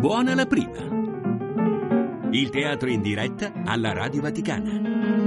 buona la prima. Il teatro in diretta alla Radio Vaticana.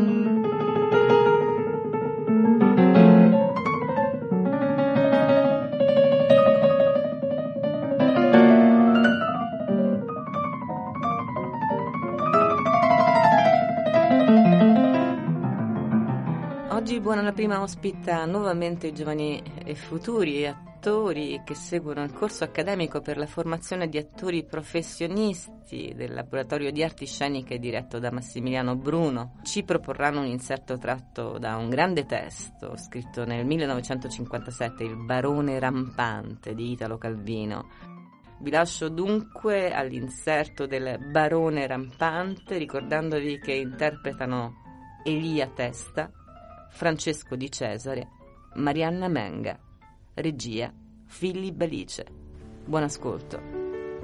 Oggi Buona la prima ospita nuovamente i giovani e futuri attori che seguono il corso accademico per la formazione di attori professionisti del laboratorio di arti sceniche diretto da Massimiliano Bruno. Ci proporranno un inserto tratto da un grande testo scritto nel 1957, Il barone rampante di Italo Calvino. Vi lascio dunque all'inserto del barone rampante, ricordandovi che interpretano Elia Testa, Francesco Di Cesare, Marianna Menga, regia Filli Balice. Buon ascolto.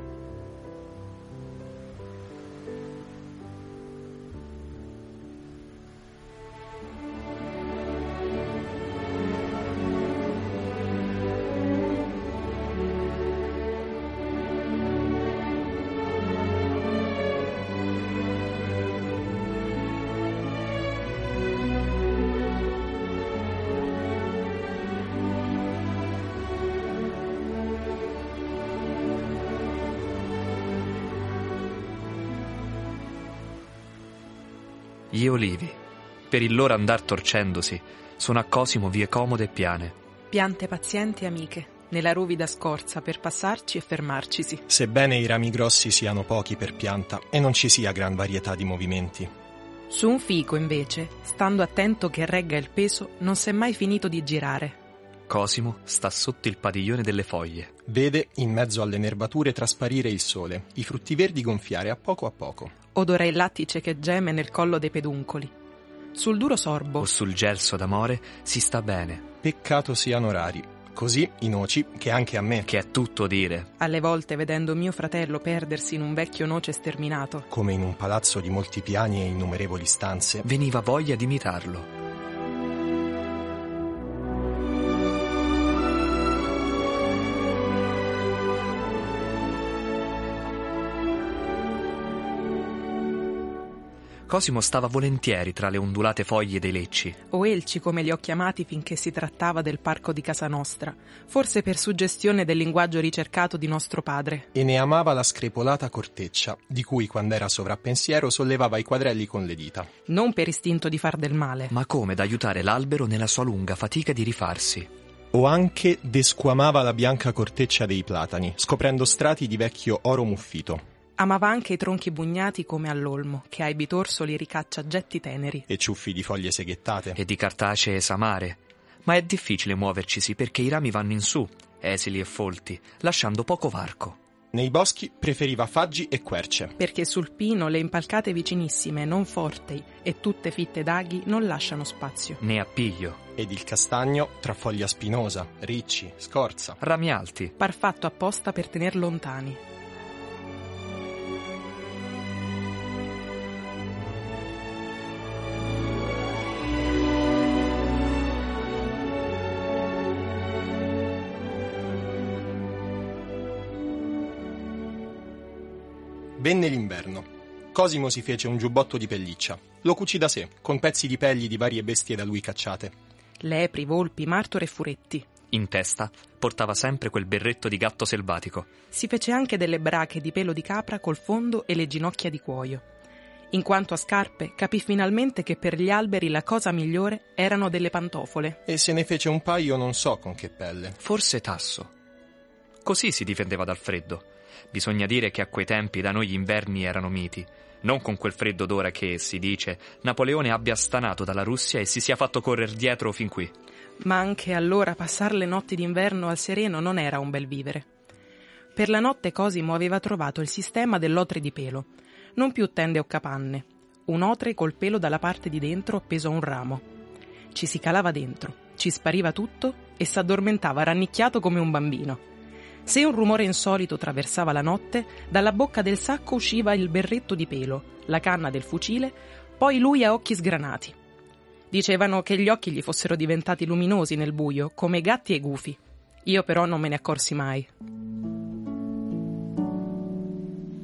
Gli olivi, per il loro andar torcendosi, sono a Cosimo vie comode e piane. Piante pazienti amiche, nella ruvida scorza per passarci e fermarcisi. Sebbene i rami grossi siano pochi per pianta e non ci sia gran varietà di movimenti. Su un fico, invece, stando attento che regga il peso, non s'è mai finito di girare. Cosimo sta sotto il padiglione delle foglie. Vede in mezzo alle nervature trasparire il sole, i frutti verdi gonfiare a poco. Odora il lattice che geme nel collo dei peduncoli. Sul duro sorbo O sul gelso d'amore si sta bene. Peccato siano rari. Così i noci, che anche a me, Che è tutto dire. alle volte vedendo mio fratello perdersi in un vecchio noce sterminato. come in un palazzo di molti piani e innumerevoli stanze, Veniva voglia di imitarlo. Cosimo stava volentieri tra le ondulate foglie dei lecci. O elci come li ho chiamati finché si trattava del parco di casa nostra, forse per suggestione del linguaggio ricercato di nostro padre. e ne amava la screpolata corteccia, di cui quando era sovrappensiero sollevava i quadrelli con le dita. Non per istinto di far del male. Ma come da aiutare l'albero nella sua lunga fatica di rifarsi. O anche desquamava la bianca corteccia dei platani, scoprendo strati di vecchio oro muffito, Amava anche i tronchi bugnati come all'olmo, che ai bitorsoli ricaccia getti teneri. e ciuffi di foglie seghettate. E di cartacee samare. Ma è difficile muovercisi perché i rami vanno in su, esili e folti, lasciando poco varco. Nei boschi preferiva faggi e querce. Perché sul pino le impalcate vicinissime, non forti e tutte fitte d'aghi non lasciano spazio. Ne appiglio. Ed il castagno tra foglia spinosa, ricci, scorza. Rami alti. Par fatto apposta per tener lontani. Venne l'inverno. Cosimo si fece un giubbotto di pelliccia. Lo cucì da sé, con pezzi di pelli di varie bestie da lui cacciate. Lepri, volpi, martore e furetti. In testa portava sempre quel berretto di gatto selvatico. Si fece anche delle brache di pelo di capra col fondo e le ginocchia di cuoio. In quanto a scarpe, capì finalmente che per gli alberi la cosa migliore erano delle pantofole. E se ne fece un paio non so con che pelle. Forse tasso. Così si difendeva dal freddo. Bisogna dire che a quei tempi da noi gli inverni erano miti, non con quel freddo d'ora che, si dice, Napoleone abbia stanato dalla Russia e si sia fatto correr dietro fin qui. Ma anche allora passar le notti d'inverno al sereno non era un bel vivere. Per la notte Cosimo aveva trovato il sistema dell'otre di pelo, non più tende o capanne, un otre col pelo dalla parte di dentro appeso a un ramo. Ci si calava dentro, ci spariva tutto e s'addormentava rannicchiato come un bambino. Se un rumore insolito traversava la notte, dalla bocca del sacco usciva il berretto di pelo, la canna del fucile, poi lui a occhi sgranati. Dicevano che gli occhi gli fossero diventati luminosi nel buio, come gatti e gufi. Io però non me ne accorsi mai.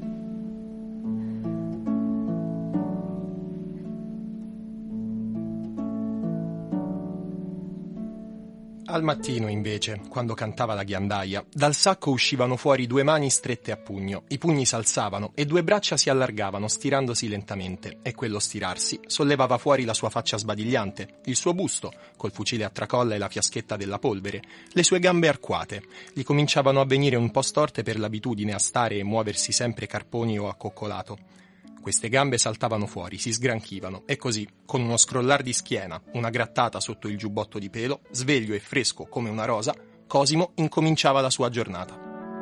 Al mattino, invece, quando cantava la ghiandaia, dal sacco uscivano fuori 2 mani strette a pugno, i pugni s'alzavano e 2 braccia si allargavano stirandosi lentamente, e quello stirarsi sollevava fuori la sua faccia sbadigliante, il suo busto, col fucile a tracolla e la fiaschetta della polvere, le sue gambe arcuate, gli cominciavano a venire un po' storte per l'abitudine a stare e muoversi sempre carponi o accoccolato. Queste gambe saltavano fuori, si sgranchivano e così, con uno scrollar di schiena, una grattata sotto il giubbotto di pelo, sveglio e fresco come una rosa, Cosimo incominciava la sua giornata.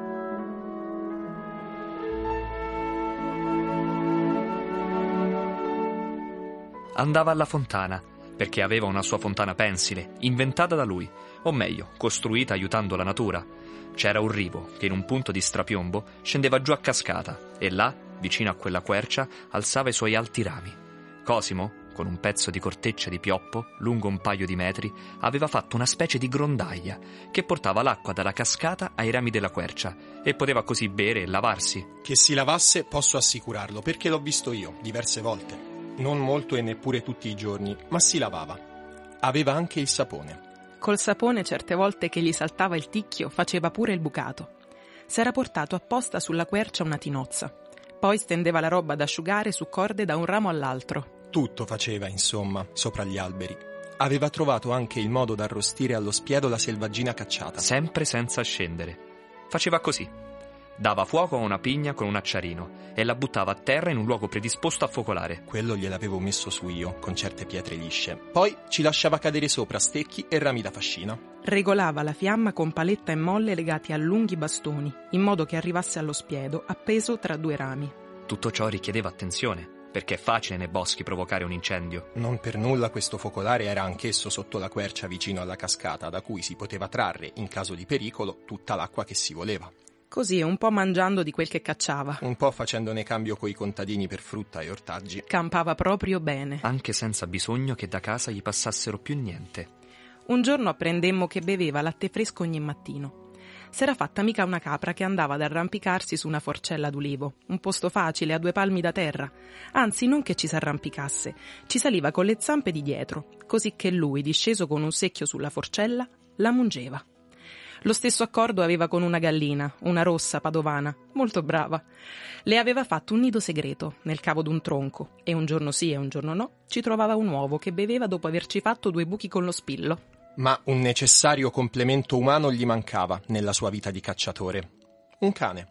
Andava alla fontana, perché aveva una sua fontana pensile, inventata da lui, o meglio, costruita aiutando la natura. C'era un rivo che in un punto di strapiombo scendeva giù a cascata e là, vicino a quella quercia, alzava i suoi alti rami. Cosimo, con un pezzo di corteccia di pioppo, lungo un paio di metri, aveva fatto una specie di grondaia che portava l'acqua dalla cascata ai rami della quercia e poteva così bere e lavarsi. Che si lavasse posso assicurarlo, perché l'ho visto io, diverse volte. Non molto e neppure tutti i giorni, ma si lavava. Aveva anche il sapone. Col sapone, certe volte che gli saltava il ticchio, faceva pure il bucato. S'era portato apposta sulla quercia una tinozza. Poi stendeva la roba da asciugare su corde da un ramo all'altro. Tutto faceva, insomma, sopra gli alberi. Aveva trovato anche il modo d'arrostire allo spiedo la selvaggina cacciata. Sempre senza scendere. Faceva così. Dava fuoco a una pigna con un acciarino e la buttava a terra in un luogo predisposto a focolare. Quello gliel'avevo messo su io, con certe pietre lisce. Poi ci lasciava cadere sopra stecchi e rami da fascina. Regolava la fiamma con paletta e molle legati a lunghi bastoni, in modo che arrivasse allo spiedo appeso tra 2 rami. Tutto ciò richiedeva attenzione, perché è facile nei boschi provocare un incendio. Non per nulla questo focolare era anch'esso sotto la quercia vicino alla cascata, da cui si poteva trarre, in caso di pericolo, tutta l'acqua che si voleva. Così, un po' mangiando di quel che cacciava. Un po' facendone cambio coi contadini per frutta e ortaggi. Campava proprio bene. Anche senza bisogno che da casa gli passassero più niente. Un giorno apprendemmo che beveva latte fresco ogni mattino. S'era fatta mica una capra che andava ad arrampicarsi su una forcella d'ulivo, un posto facile a 2 palmi da terra. Anzi, non che ci s'arrampicasse, ci saliva con le zampe di dietro, così che lui, disceso con un secchio sulla forcella, la mungeva. Lo stesso accordo aveva con una gallina, una rossa padovana, molto brava. Le aveva fatto un nido segreto nel cavo d'un tronco e un giorno sì e un giorno no ci trovava un uovo che beveva dopo averci fatto 2 buchi con lo spillo. Ma un necessario complemento umano gli mancava nella sua vita di cacciatore. Un cane.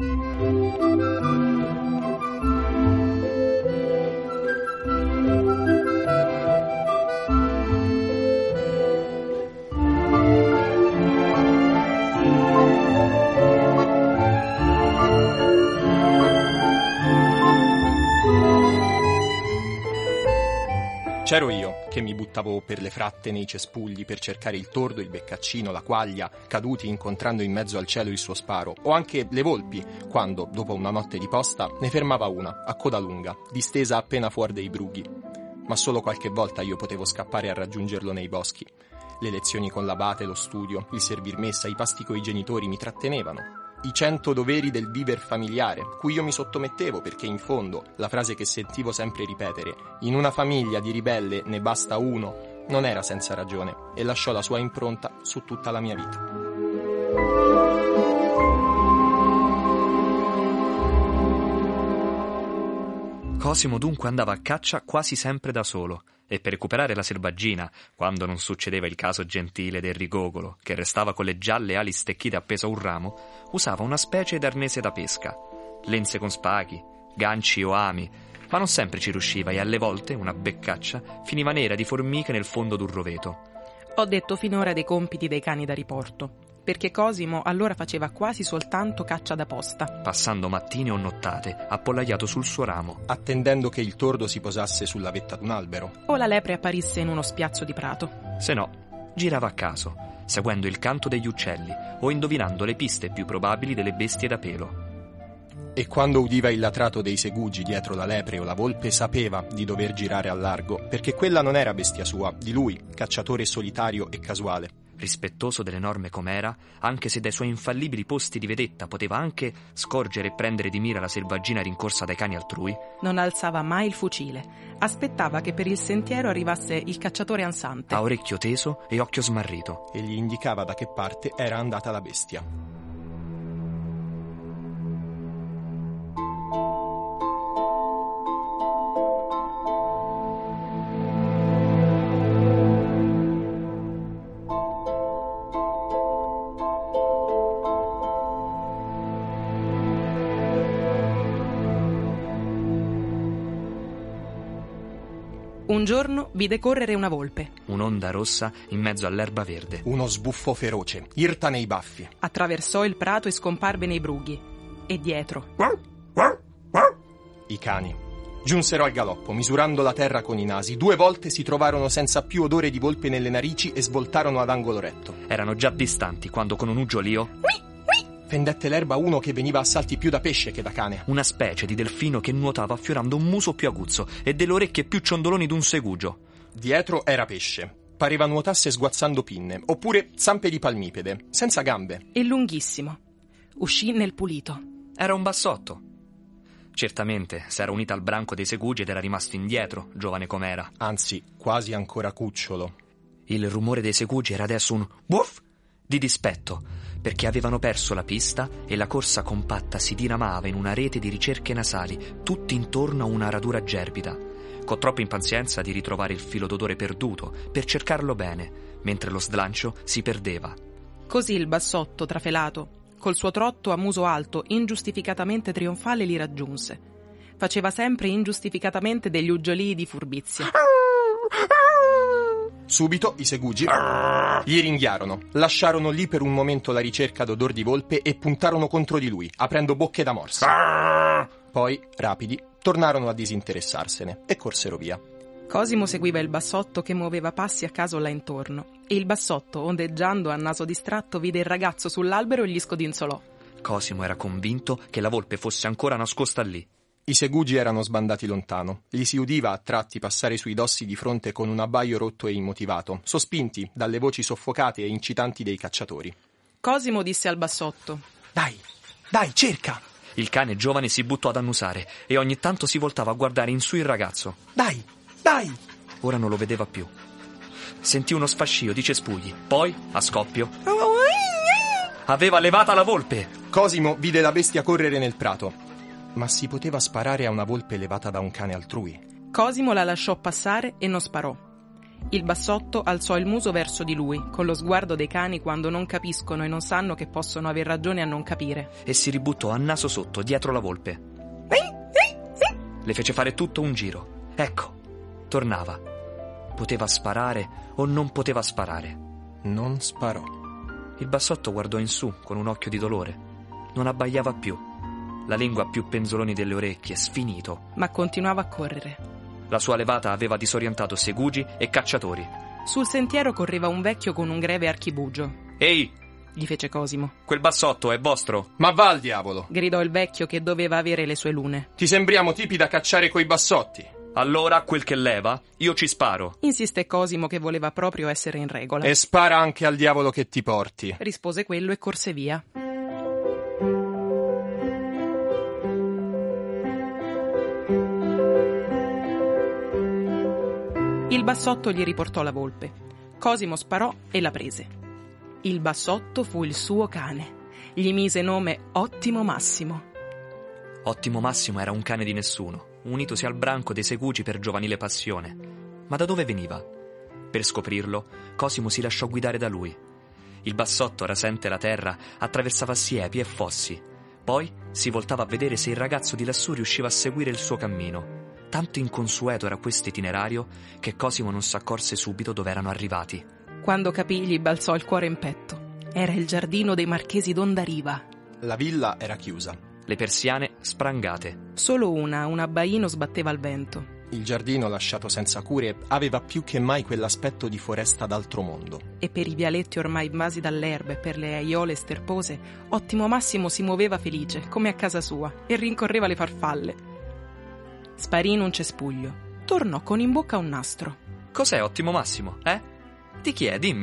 C'ero io, che mi buttavo per le fratte nei cespugli per cercare il tordo, il beccaccino, la quaglia, caduti incontrando in mezzo al cielo il suo sparo, o anche le volpi, quando, dopo una notte di posta, ne fermava una, a coda lunga, distesa appena fuori dei brughi. Ma solo qualche volta io potevo scappare a raggiungerlo nei boschi. Le lezioni con l'abate, lo studio, il servir messa, i pasti coi genitori mi trattenevano. I 100 doveri del viver familiare, cui io mi sottomettevo perché in fondo la frase che sentivo sempre ripetere, in una famiglia di ribelle ne basta uno, non era senza ragione e lasciò la sua impronta su tutta la mia vita. Cosimo dunque andava a caccia quasi sempre da solo e per recuperare la selvaggina, quando non succedeva il caso gentile del rigogolo, che restava con le gialle ali stecchite appeso a un ramo, usava una specie d'arnese da pesca, lenze con spaghi, ganci o ami, ma non sempre ci riusciva e alle volte una beccaccia finiva nera di formiche nel fondo d'un roveto. Ho detto finora dei compiti dei cani da riporto, perché Cosimo allora faceva quasi soltanto caccia da posta, passando mattine o nottate appollaiato sul suo ramo, attendendo che il tordo si posasse sulla vetta d'un albero, o la lepre apparisse in uno spiazzo di prato. Se no, girava a caso, seguendo il canto degli uccelli o indovinando le piste più probabili delle bestie da pelo. E quando udiva il latrato dei segugi dietro la lepre o la volpe sapeva di dover girare a largo, perché quella non era bestia sua, di lui, cacciatore solitario e casuale. Rispettoso delle norme com'era, anche se dai suoi infallibili posti di vedetta poteva anche scorgere e prendere di mira la selvaggina rincorsa dai cani altrui, non alzava mai il fucile. Aspettava che per il sentiero arrivasse il cacciatore ansante. a orecchio teso e occhio smarrito. E gli indicava da che parte era andata la bestia. Un giorno vide correre una volpe. Un'onda rossa in mezzo all'erba verde. Uno sbuffo feroce, irta nei baffi. Attraversò il prato e scomparve nei brughi. E dietro. I cani giunsero al galoppo, misurando la terra con i nasi. 2 volte si trovarono senza più odore di volpe nelle narici e svoltarono ad angolo retto. Erano già distanti quando con un uggiolio Fendette l'erba uno che veniva a salti più da pesce che da cane. una specie di delfino che nuotava affiorando un muso più aguzzo e delle orecchie più ciondoloni d'un segugio. Dietro era pesce. Pareva nuotasse sguazzando pinne, oppure zampe di palmipede, senza gambe. E lunghissimo. Uscì nel pulito. Era un bassotto. Certamente s'era unita al branco dei segugi ed era rimasto indietro, giovane com'era. Anzi, quasi ancora cucciolo. Il rumore dei segugi era adesso un wuff di dispetto, perché avevano perso la pista e la corsa compatta si diramava in una rete di ricerche nasali, tutti intorno a una radura gerbida, con troppa impazienza di ritrovare il filo d'odore perduto per cercarlo bene, mentre lo slancio si perdeva. Così il bassotto, trafelato, col suo trotto a muso alto, ingiustificatamente trionfale, li raggiunse. Faceva sempre ingiustificatamente degli uggiolii di furbizia. Subito i segugi gli ringhiarono, lasciarono lì per un momento la ricerca d'odor di volpe e puntarono contro di lui, aprendo bocche da morsi. Poi, rapidi, tornarono a disinteressarsene e corsero via. Cosimo seguiva il bassotto che muoveva passi a caso là intorno. E il bassotto, ondeggiando a naso distratto, vide il ragazzo sull'albero e gli scodinzolò. Cosimo era convinto che la volpe fosse ancora nascosta lì. I segugi erano sbandati lontano. Gli si udiva a tratti passare sui dossi di fronte con un abbaio rotto e immotivato, sospinti dalle voci soffocate e incitanti dei cacciatori. Cosimo disse al bassotto: Dai, cerca! Il cane giovane si buttò ad annusare e ogni tanto si voltava a guardare in su il ragazzo. Dai! Ora non lo vedeva più. Sentì uno sfascio di cespugli. Poi, a scoppio, aveva levata la volpe. Cosimo vide la bestia correre nel prato. Ma si poteva sparare a una volpe levata da un cane altrui? Cosimo la lasciò passare e non sparò. Il bassotto alzò il muso verso di lui, con lo sguardo dei cani quando non capiscono e non sanno che possono aver ragione a non capire. E si ributtò a naso sotto dietro la volpe. Le fece fare tutto un giro. Ecco, tornava. Poteva sparare o non poteva sparare. Non sparò. Il bassotto guardò in su con un occhio di dolore. Non abbaiava più. La lingua a più penzoloni delle orecchie, sfinito. Ma continuava a correre. La sua levata aveva disorientato segugi e cacciatori. Sul sentiero correva un vecchio con un greve archibugio. Ehi, Gli fece Cosimo. quel bassotto è vostro? Ma va al diavolo! Gridò il vecchio che doveva avere le sue lune. Ti sembriamo tipi da cacciare coi bassotti. Allora, quel che leva, io ci sparo. Insiste Cosimo, che voleva proprio essere in regola. E spara anche al diavolo che ti porti. Rispose quello e corse via. Il bassotto gli riportò la volpe. Cosimo sparò e la prese. Il bassotto fu il suo cane. Gli mise nome Ottimo Massimo. Ottimo Massimo era un cane di nessuno, unitosi al branco dei segugi per giovanile passione. Ma da dove veniva? Per scoprirlo, Cosimo si lasciò guidare da lui. Il bassotto, rasente la terra, attraversava siepi e fossi. Poi si voltava a vedere se il ragazzo di lassù riusciva a seguire il suo cammino. Tanto inconsueto era questo itinerario che Cosimo non s'accorse subito dove erano arrivati. Quando capì, gli balzò il cuore in petto. Era il giardino dei marchesi d'Ondariva. La villa era chiusa. Le persiane sprangate. Solo un abbaino sbatteva al vento. Il giardino, lasciato senza cure, aveva più che mai quell'aspetto di foresta d'altro mondo. E per i vialetti ormai invasi dall'erba e per le aiole sterpose, Ottimo Massimo si muoveva felice, come a casa sua, e rincorreva le farfalle. Sparì in un cespuglio. Tornò con in bocca un nastro. Cos'è Ottimo Massimo, eh? Di chi è? Dimmi.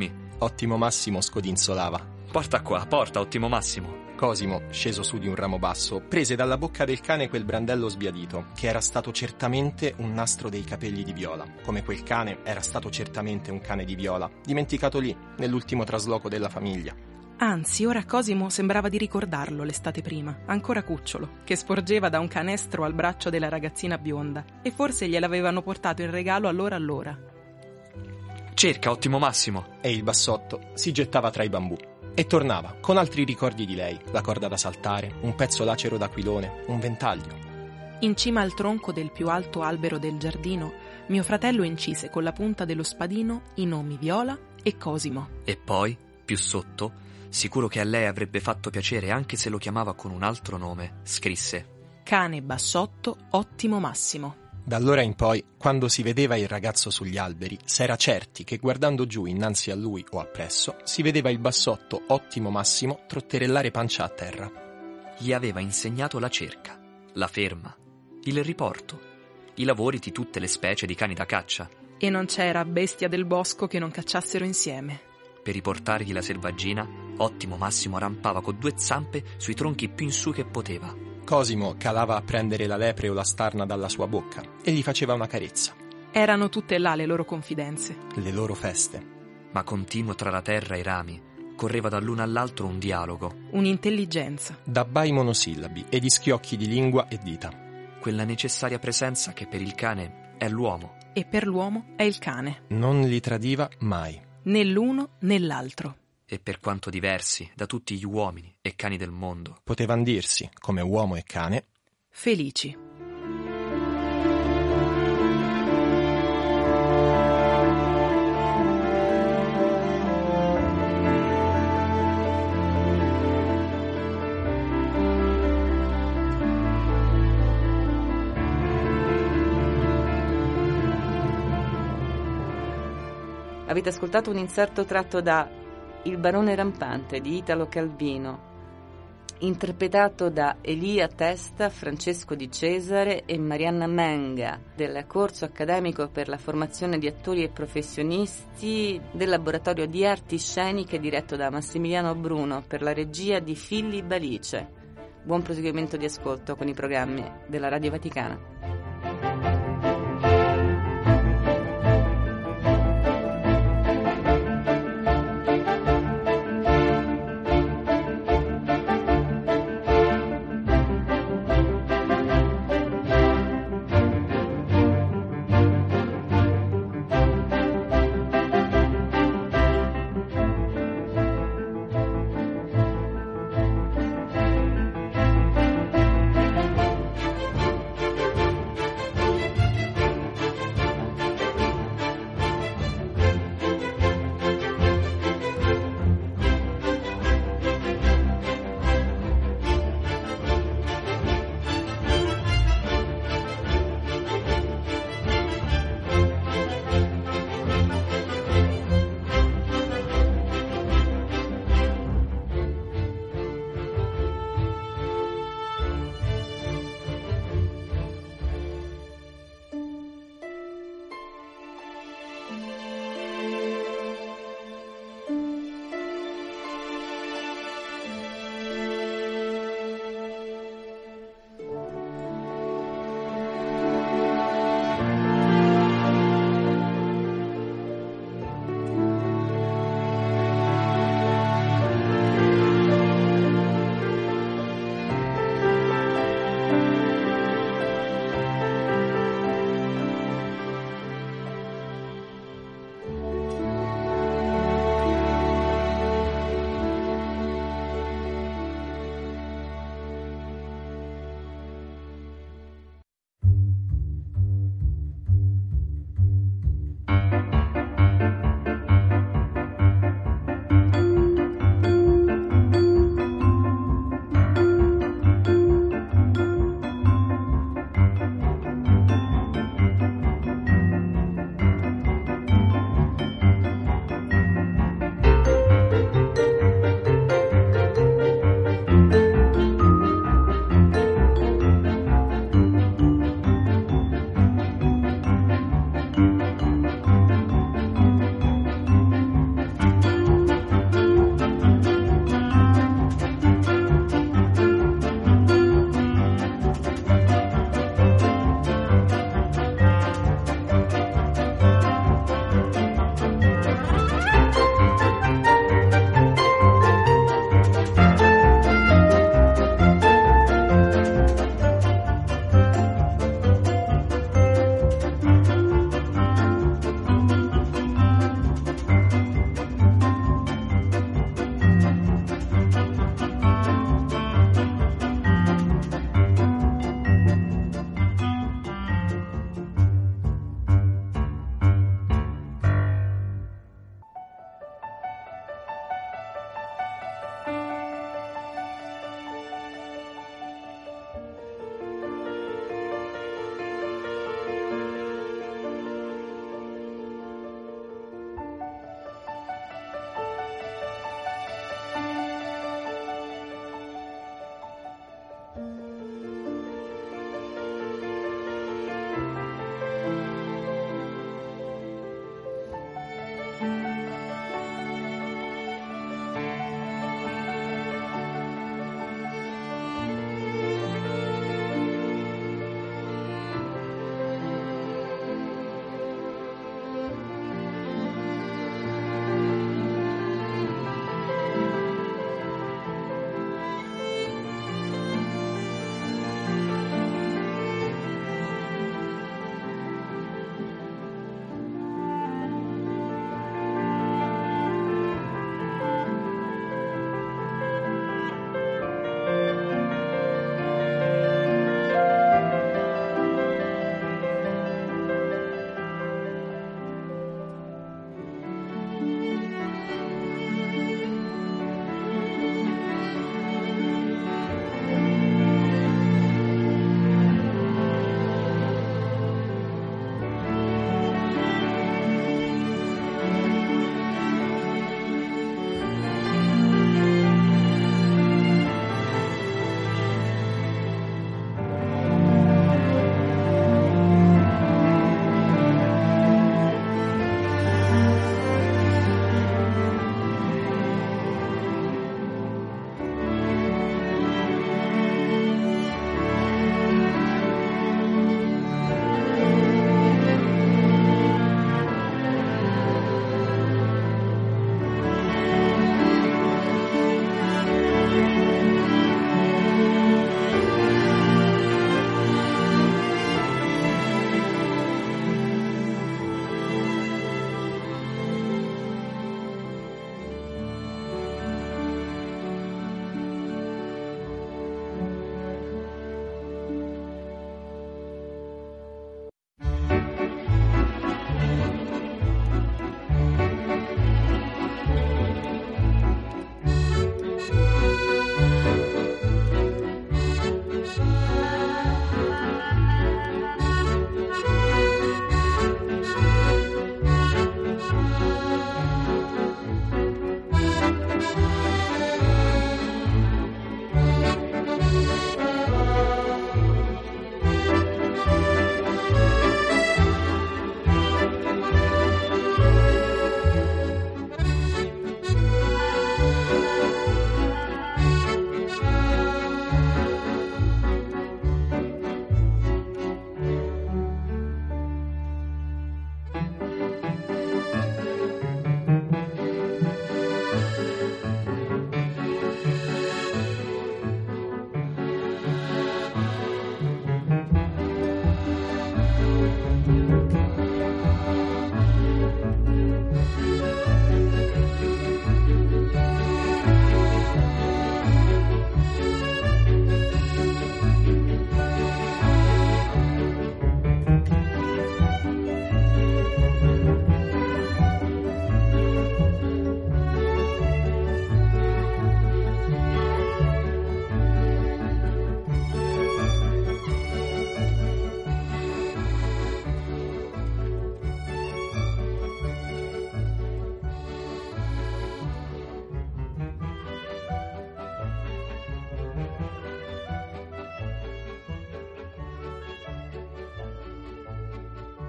Ottimo Massimo scodinzolava. Porta qua, porta, Ottimo Massimo. Cosimo, sceso su di un ramo basso, prese dalla bocca del cane quel brandello sbiadito, che era stato certamente un nastro dei capelli di Viola, come quel cane era stato certamente un cane di Viola, dimenticato lì, nell'ultimo trasloco della famiglia. Anzi, ora Cosimo sembrava di ricordarlo l'estate prima, ancora cucciolo, che sporgeva da un canestro al braccio della ragazzina bionda, e forse gliel'avevano portato in regalo allora. Cerca, Ottimo Massimo. E il bassotto si gettava tra i bambù. E tornava, con altri ricordi di lei, la corda da saltare, un pezzo lacero d'aquilone, un ventaglio. In cima al tronco del più alto albero del giardino, mio fratello incise con la punta dello spadino i nomi Viola e Cosimo. E poi, più sotto, sicuro che a lei avrebbe fatto piacere anche se lo chiamava con un altro nome, scrisse: Cane bassotto Ottimo Massimo. Da allora in poi, quando si vedeva il ragazzo sugli alberi, s'era certi che guardando giù innanzi a lui o appresso, si vedeva il bassotto Ottimo Massimo trotterellare pancia a terra. Gli aveva insegnato la cerca, la ferma, il riporto, i lavori di tutte le specie di cani da caccia. E non c'era bestia del bosco che non cacciassero insieme. Per riportargli la selvaggina, Ottimo Massimo rampava con 2 zampe sui tronchi più in su che poteva. Cosimo calava a prendere la lepre o la starna dalla sua bocca e gli faceva una carezza. Erano tutte là le loro confidenze, le loro feste. Ma continuo tra la terra e i rami correva dall'uno all'altro un dialogo, un'intelligenza, d'abbai monosillabi e di schiocchi di lingua e dita. Quella necessaria presenza che per il cane è l'uomo e per l'uomo è il cane. Non li tradiva mai, né l'uno né l'altro. E per quanto diversi da tutti gli uomini e cani del mondo, potevan dirsi, come uomo e cane, felici. Avete ascoltato un inserto tratto da Il barone rampante di Italo Calvino, interpretato da Elia Testa, Francesco Di Cesare e Marianna Menga, del corso accademico per la formazione di attori e professionisti del laboratorio di arti sceniche diretto da Massimiliano Bruno per la regia di Filli Balice. Buon proseguimento di ascolto con i programmi della Radio Vaticana.